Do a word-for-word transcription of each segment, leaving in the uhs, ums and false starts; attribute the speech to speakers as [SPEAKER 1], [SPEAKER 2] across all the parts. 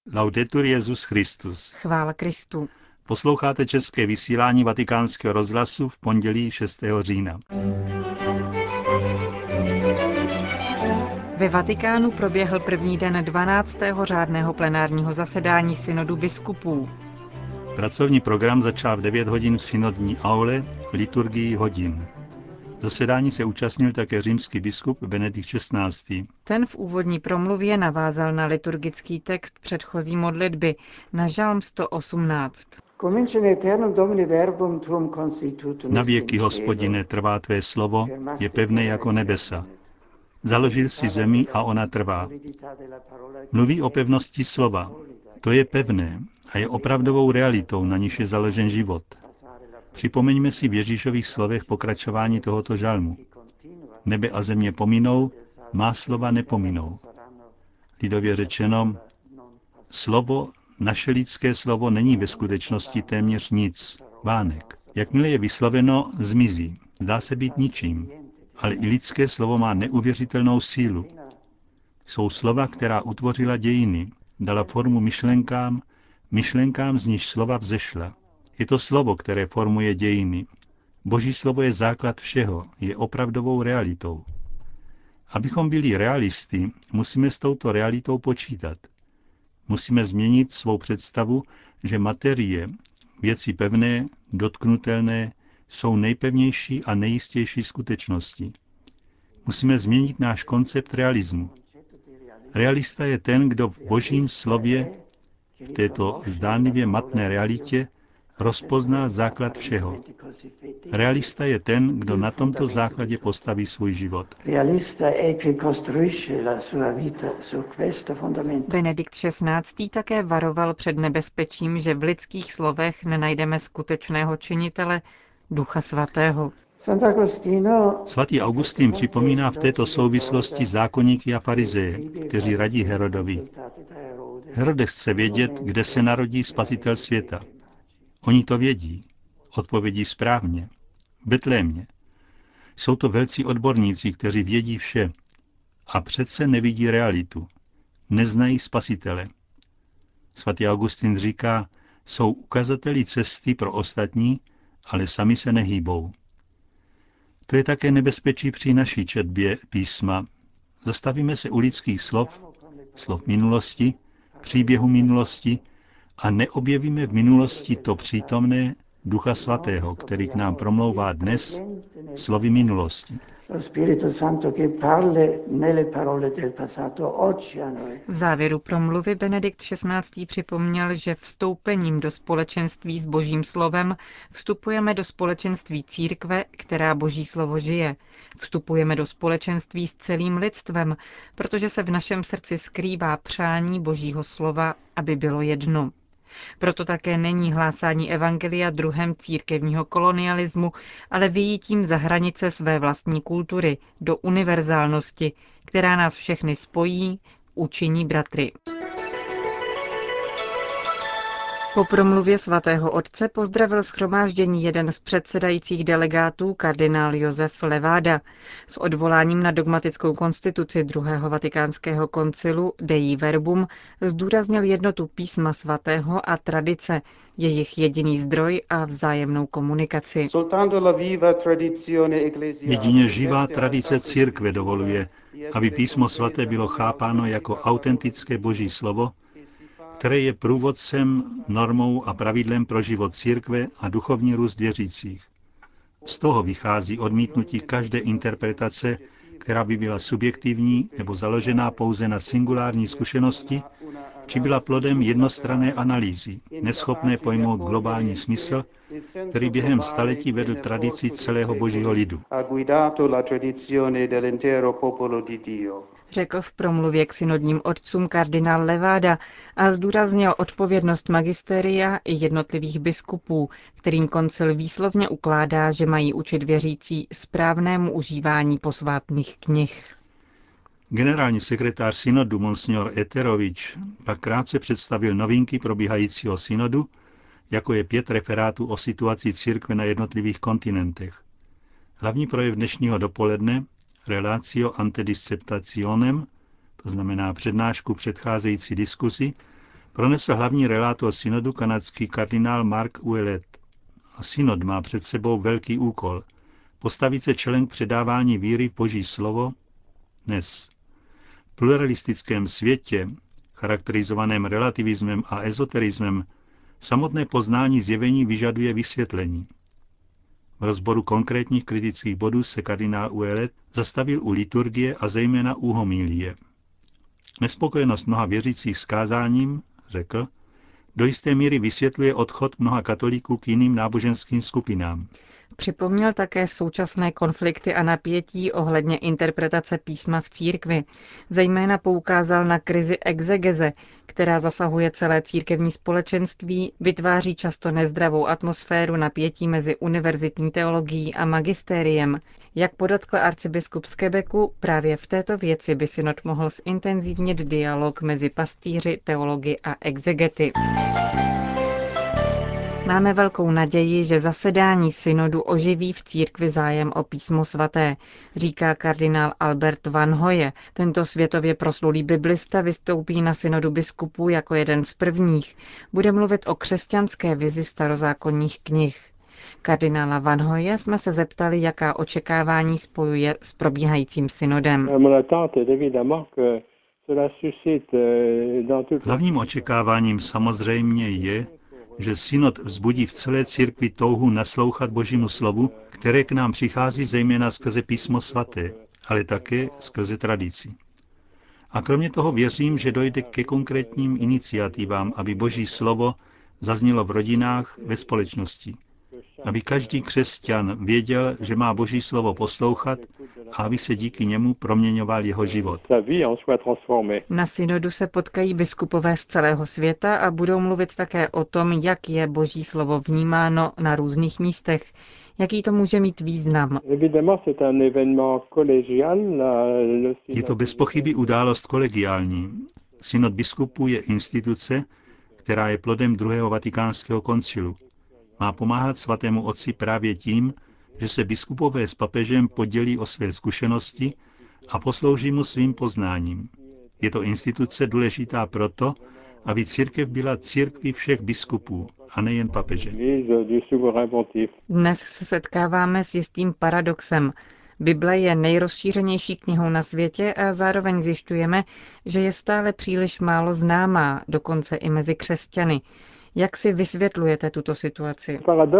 [SPEAKER 1] Laudetur Jesus Christus.
[SPEAKER 2] Chvála Kristu.
[SPEAKER 1] Posloucháte české vysílání Vatikánského rozhlasu v pondělí šestého října.
[SPEAKER 2] Ve Vatikánu proběhl první den dvanáctého řádného plenárního zasedání synodu biskupů.
[SPEAKER 1] Pracovní program začal v devět hodin v synodní aule liturgii hodin. Zasedání se účastnil také římský biskup Benedikt šestnáctý.
[SPEAKER 2] Ten v úvodní promluvě navázal na liturgický text předchozí modlitby, na žalm sto osmnáct.
[SPEAKER 1] Na věky, Hospodine, trvá tvé slovo, je pevné jako nebesa. Založil si zemi a ona trvá. Mluví o pevnosti slova. To je pevné a je opravdovou realitou, na níž je založen život. Připomeňme si v Ježíšových slovech pokračování tohoto žalmu. Nebe a země pominou, má slova nepominou. Lidově řečeno, slovo, naše lidské slovo není ve skutečnosti téměř nic, vánek. Jakmile je vysloveno, zmizí. Zdá se být ničím. Ale i lidské slovo má neuvěřitelnou sílu. Jsou slova, která utvořila dějiny, dala formu myšlenkám, myšlenkám, z níž slova vzešla. Je to slovo, které formuje dějiny. Boží slovo je základ všeho, je opravdovou realitou. Abychom byli realisty, musíme s touto realitou počítat. Musíme změnit svou představu, že materie, věci pevné, dotknutelné, jsou nejpevnější a nejistější skutečnosti. Musíme změnit náš koncept realismu. Realista je ten, kdo v Božím slově, v této zdánlivě matné realitě, rozpozná základ všeho. Realista je ten, kdo na tomto základě postaví svůj život.
[SPEAKER 2] Benedikt šestnáctý také varoval před nebezpečím, že v lidských slovech nenajdeme skutečného činitele, Ducha Svatého.
[SPEAKER 1] Svatý Augustín připomíná v této souvislosti zákonníky a farizeje, kteří radí Herodovi. Herodes chce vědět, kde se narodí Spasitel světa. Oni to vědí. Odpovědí správně. V Betlémě. Jsou to velcí odborníci, kteří vědí vše. A přece nevidí realitu. Neznají Spasitele. Svatý Augustín říká, jsou ukazateli cesty pro ostatní, ale sami se nehýbou. To je také nebezpečí při naší četbě písma. Zastavíme se u lidských slov, slov minulosti, příběhu minulosti a neobjevíme v minulosti to přítomné Ducha Svatého, který k nám promlouvá dnes slovy minulosti.
[SPEAKER 2] V závěru promluvy Benedikt šestnáctý připomněl, že vstoupením do společenství s Božím slovem vstupujeme do společenství církve, která Boží slovo žije. Vstupujeme do společenství s celým lidstvem, protože se v našem srdci skrývá přání Božího slova, aby bylo jedno. Proto také není hlásání evangelia druhem církevního kolonialismu, ale vyjítím za hranice své vlastní kultury, do univerzálnosti, která nás všechny spojí, učiní bratry. Po promluvě svatého otce pozdravil shromáždění jeden z předsedajících delegátů, kardinál Josef Levada. S odvoláním na dogmatickou konstituci druhého vatikánského koncilu Dei Verbum zdůraznil jednotu písma svatého a tradice, jejich jediný zdroj a vzájemnou komunikaci.
[SPEAKER 1] Jedině živá tradice církve dovoluje, aby písmo svaté bylo chápáno jako autentické Boží slovo, které je průvodcem, normou a pravidlem pro život církve a duchovní růst věřících. Z toho vychází odmítnutí každé interpretace, která by byla subjektivní nebo založená pouze na singulární zkušenosti, či byla plodem jednostranné analýzy, neschopné pojmout globální smysl, který během staletí vedl tradici celého Božího lidu.
[SPEAKER 2] Řekl v promluvě k synodním otcům kardinál Levada a zdůraznil odpovědnost magisteria i jednotlivých biskupů, kterým koncil výslovně ukládá, že mají učit věřící správnému užívání posvátných knih.
[SPEAKER 1] Generální sekretář synodu Monsignor Eterovič pak krátce představil novinky probíhajícího synodu, jako je pět referátů o situaci církve na jednotlivých kontinentech. Hlavní projev dnešního dopoledne, Relatio ante disceptationem, to znamená přednášku předcházející diskusi, pronesl hlavní relátor synodu kanadský kardinál Mark Ouellet. A synod má před sebou velký úkol – postavit se čelem k předávání víry v Boží slovo dnes. V pluralistickém světě, charakterizovaném relativismem a ezoterismem, samotné poznání zjevení vyžaduje vysvětlení. V rozboru konkrétních kritických bodů se kardinál Ouellet zastavil u liturgie a zejména u homílie. Nespokojenost mnoha věřících s kázáním, řekl, do jisté míry vysvětluje odchod mnoha katolíků k jiným náboženským skupinám.
[SPEAKER 2] Připomněl také současné konflikty a napětí ohledně interpretace písma v církvi. Zejména poukázal na krizi exegeze, která zasahuje celé církevní společenství, vytváří často nezdravou atmosféru napětí mezi univerzitní teologií a magistériem. Jak podotkl arcibiskup z Quebecu, právě v této věci by synod mohl zintenzívnit dialog mezi pastýři, teology a exegety. Máme velkou naději, že zasedání synodu oživí v církvi zájem o písmo svaté, říká kardinál Albert Van Hoye. Tento světově proslulý biblista vystoupí na synodu biskupů jako jeden z prvních. Bude mluvit o křesťanské vizi starozákonních knih. Kardinála Van Hoye jsme se zeptali, jaká očekávání spojuje s probíhajícím synodem.
[SPEAKER 1] Hlavním očekáváním samozřejmě je, že synod vzbudí v celé církvi touhu naslouchat Božímu slovu, které k nám přichází zejména skrze písmo svaté, ale také skrze tradici. A kromě toho věřím, že dojde ke konkrétním iniciativám, aby Boží slovo zaznělo v rodinách, ve společnosti. Aby každý křesťan věděl, že má Boží slovo poslouchat a aby se díky němu proměňoval jeho život.
[SPEAKER 2] Na synodu se potkají biskupové z celého světa a budou mluvit také o tom, jak je Boží slovo vnímáno na různých místech, jaký to může mít význam.
[SPEAKER 1] Je to bez pochyby událost kolegiální. Synod biskupů je instituce, která je plodem druhého vatikánského koncilu. Má pomáhat svatému otci právě tím, že se biskupové s papežem podělí o své zkušenosti a poslouží mu svým poznáním. Je to instituce důležitá proto, aby církev byla církví všech biskupů a nejen papeže.
[SPEAKER 2] Dnes se setkáváme s jistým paradoxem. Bible je nejrozšířenější knihou na světě a zároveň zjišťujeme, že je stále příliš málo známá, dokonce i mezi křesťany. Jak si vysvětlujete tuto situaci?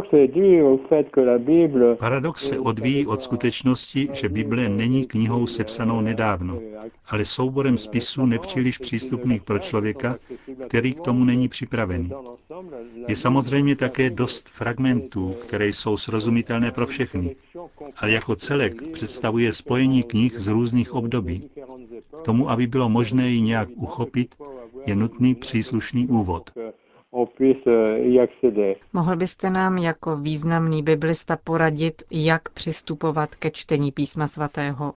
[SPEAKER 1] Paradox se odvíjí od skutečnosti, že Bible není knihou sepsanou nedávno, ale souborem spisů nepříliš přístupných pro člověka, který k tomu není připravený. Je samozřejmě také dost fragmentů, které jsou srozumitelné pro všechny, ale jako celek představuje spojení knih z různých období. K tomu, aby bylo možné ji nějak uchopit, je nutný příslušný úvod.
[SPEAKER 2] Mohl byste nám jako významný biblista poradit, jak přistupovat ke čtení písma svatého?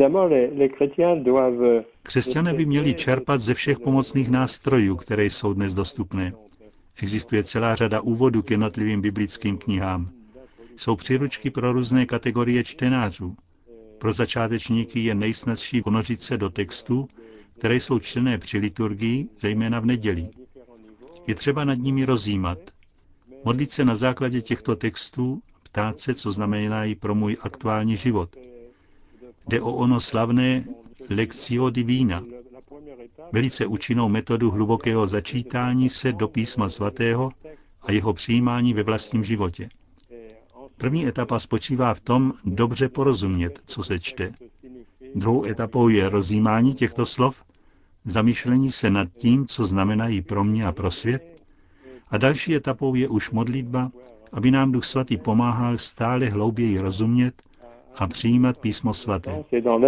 [SPEAKER 1] Křesťané by měli čerpat ze všech pomocných nástrojů, které jsou dnes dostupné. Existuje celá řada úvodů k jednotlivým biblickým knihám. Jsou příručky pro různé kategorie čtenářů. Pro začátečníky je nejsnazší ponořit se do textů, které jsou čtené při liturgii, zejména v neděli. Je třeba nad nimi rozjímat. Modlit se na základě těchto textů, ptát se, co znamenají pro můj aktuální život. Jde o ono slavné Lectio Divina, velice účinnou metodu hlubokého začítání se do písma svatého a jeho přijímání ve vlastním životě. První etapa spočívá v tom dobře porozumět, co se čte. Druhou etapou je rozjímání těchto slov, zamýšlení se nad tím, co znamenají pro mě a pro svět. A další etapou je už modlitba, aby nám Duch Svatý pomáhal stále hlouběji rozumět a přijímat písmo svaté.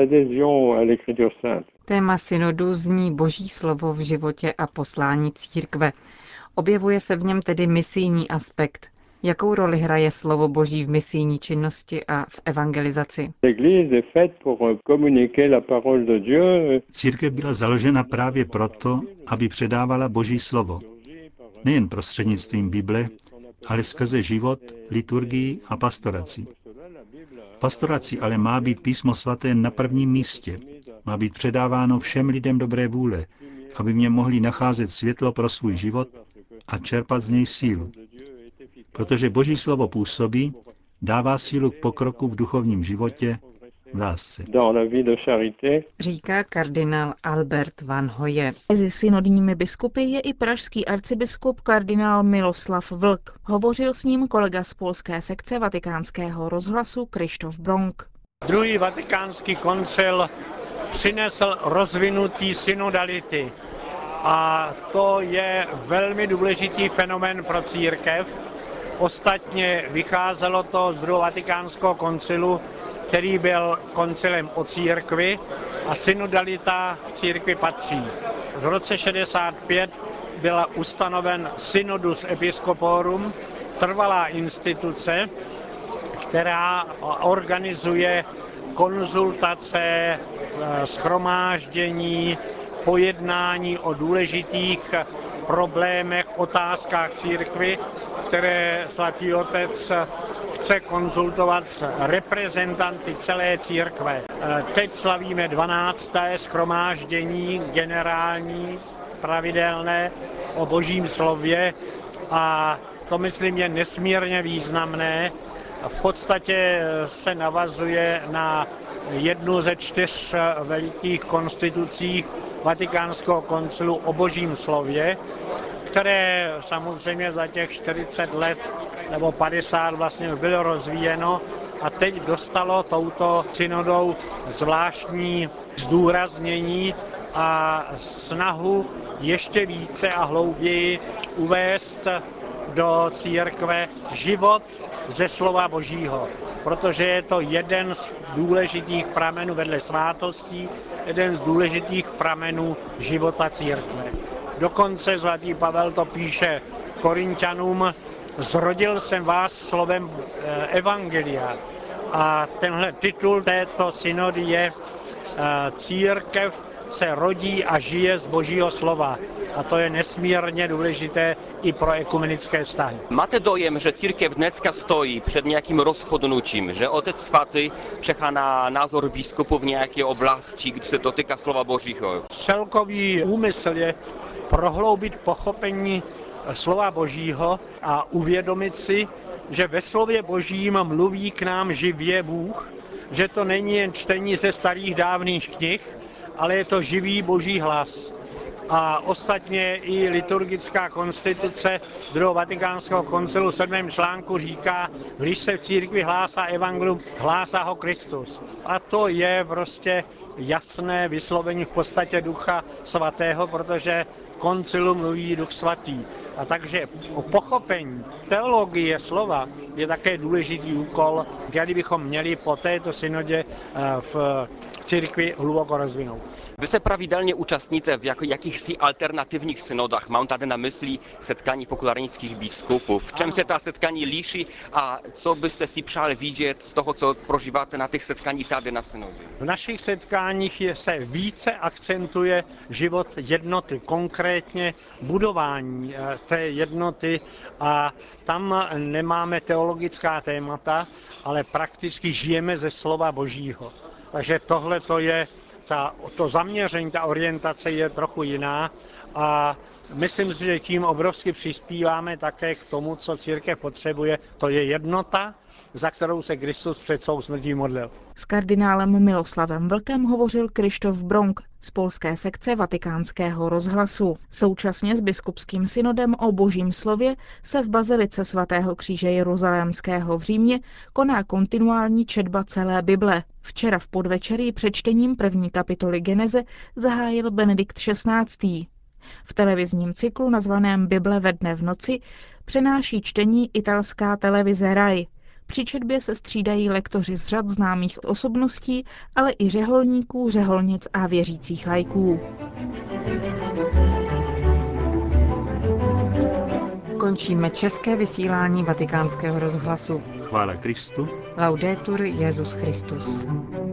[SPEAKER 2] Téma synodu zní Boží slovo v životě a poslání církve. Objevuje se v něm tedy misijní aspekt. Jakou roli hraje slovo Boží v misijní činnosti a v evangelizaci?
[SPEAKER 1] Církev byla založena právě proto, aby předávala Boží slovo. Nejen prostřednictvím Bible, ale skrze život, liturgii a pastoraci. V pastoraci ale má být písmo svaté na prvním místě. Má být předáváno všem lidem dobré vůle, aby mě mohli nacházet světlo pro svůj život a čerpat z něj sílu. Protože Boží slovo působí, dává sílu k pokroku v duchovním životě, v lásce.
[SPEAKER 2] Říká kardinál Albert van Hoye.
[SPEAKER 3] Mezi synodními biskupy je i pražský arcibiskup kardinál Miloslav Vlk. Hovořil s ním kolega z polské sekce Vatikánského rozhlasu Krištof Bronk.
[SPEAKER 4] Druhý vatikánský koncil přinesl rozvinutí synodality. A to je velmi důležitý fenomén pro církev. Ostatně vycházelo to z druhého vatikánského koncilu, který byl koncilem o církvi a synodalita v církvi patří. V roce šedesát pět byl ustanoven Synodus Episcoporum, trvalá instituce, která organizuje konzultace, shromáždění, pojednání o důležitých problémech, otázkách církvy, které svatý otec chce konzultovat s reprezentanty celé církve. Teď slavíme dvanácté shromáždění generální, pravidelné o Božím slově a to, myslím, je nesmírně významné. V podstatě se navazuje na jednu ze čtyř velikých konstitucí Vatikánského koncilu o Božím slově, které samozřejmě za těch čtyřicet let nebo padesát vlastně bylo rozvíjeno a teď dostalo touto synodou zvláštní zdůraznění a snahu ještě více a hlouběji uvést do církve život ze slova Božího, protože je to jeden z důležitých pramenů vedle svátostí, jeden z důležitých pramenů života církve. Dokonce svatý Pavel to píše Korinťanům, zrodil jsem vás slovem evangelia. A tenhle titul této synody je Církev se rodí a žije z Božího slova. A to je nesmírně důležité i pro ekumenické vztahy.
[SPEAKER 5] Máte dojem, že církev dneska stojí před nějakým rozhodnutím, že Otec Svatý čeká na názor biskupů v nějaké oblasti, kde se dotýká slova Božího?
[SPEAKER 4] Celkový úmysl je prohloubit pochopení slova Božího a uvědomit si, že ve slově Božím mluví k nám živě Bůh, že to není jen čtení ze starých dávných knih, ale je to živý Boží hlas. A ostatně i liturgická konstituce druhého vatikánského koncilu v sedmém článku říká, když se v církvi hlásá evangelium, hlásá ho Kristus. A to je prostě jasné vyslovení v podstatě Ducha Svatého, protože v koncilu mluví Duch Svatý. A takže o pochopení teologie slova je také důležitý úkol, který bychom měli po této synodě v církvi hluboko rozvinout.
[SPEAKER 5] Vy se pravidelně účastníte v jak, jakýchsi alternativních synodách. Mám tady na mysli setkání fokulárnických biskupů. V čem se ta setkání liší a co byste si přáli vidět z toho, co prožíváte na těch setkáních tady na synodě?
[SPEAKER 4] V našich setkáních se více akcentuje život jednoty, konkrétně budování té jednoty a tam nemáme teologická témata, ale prakticky žijeme ze slova Božího. Takže tohle to je Ta, to zaměření, ta orientace je trochu jiná a myslím si, že tím obrovsky přispíváme také k tomu, co církev potřebuje, to je jednota, za kterou se Kristus před svou smrtí modlil.
[SPEAKER 3] S kardinálem Miloslavem Vlkem hovořil Krištof Bronk z polské sekce Vatikánského rozhlasu. Současně s biskupským synodem o Božím slově se v bazilice svatého kříže Jeruzalémského v Římě koná kontinuální četba celé Bible. Včera v podvečerí přečtením první kapitoly Geneze zahájil Benedikt šestnáctý. V televizním cyklu nazvaném Bible ve dne v noci přenáší čtení italská televize Rai. Při četbě se střídají lektoři z řad známých osobností, ale i řeholníků, řeholnic a věřících laiků.
[SPEAKER 2] Končíme české vysílání Vatikánského rozhlasu.
[SPEAKER 1] Chvála Kristu.
[SPEAKER 2] Laudetur Jesus Christus.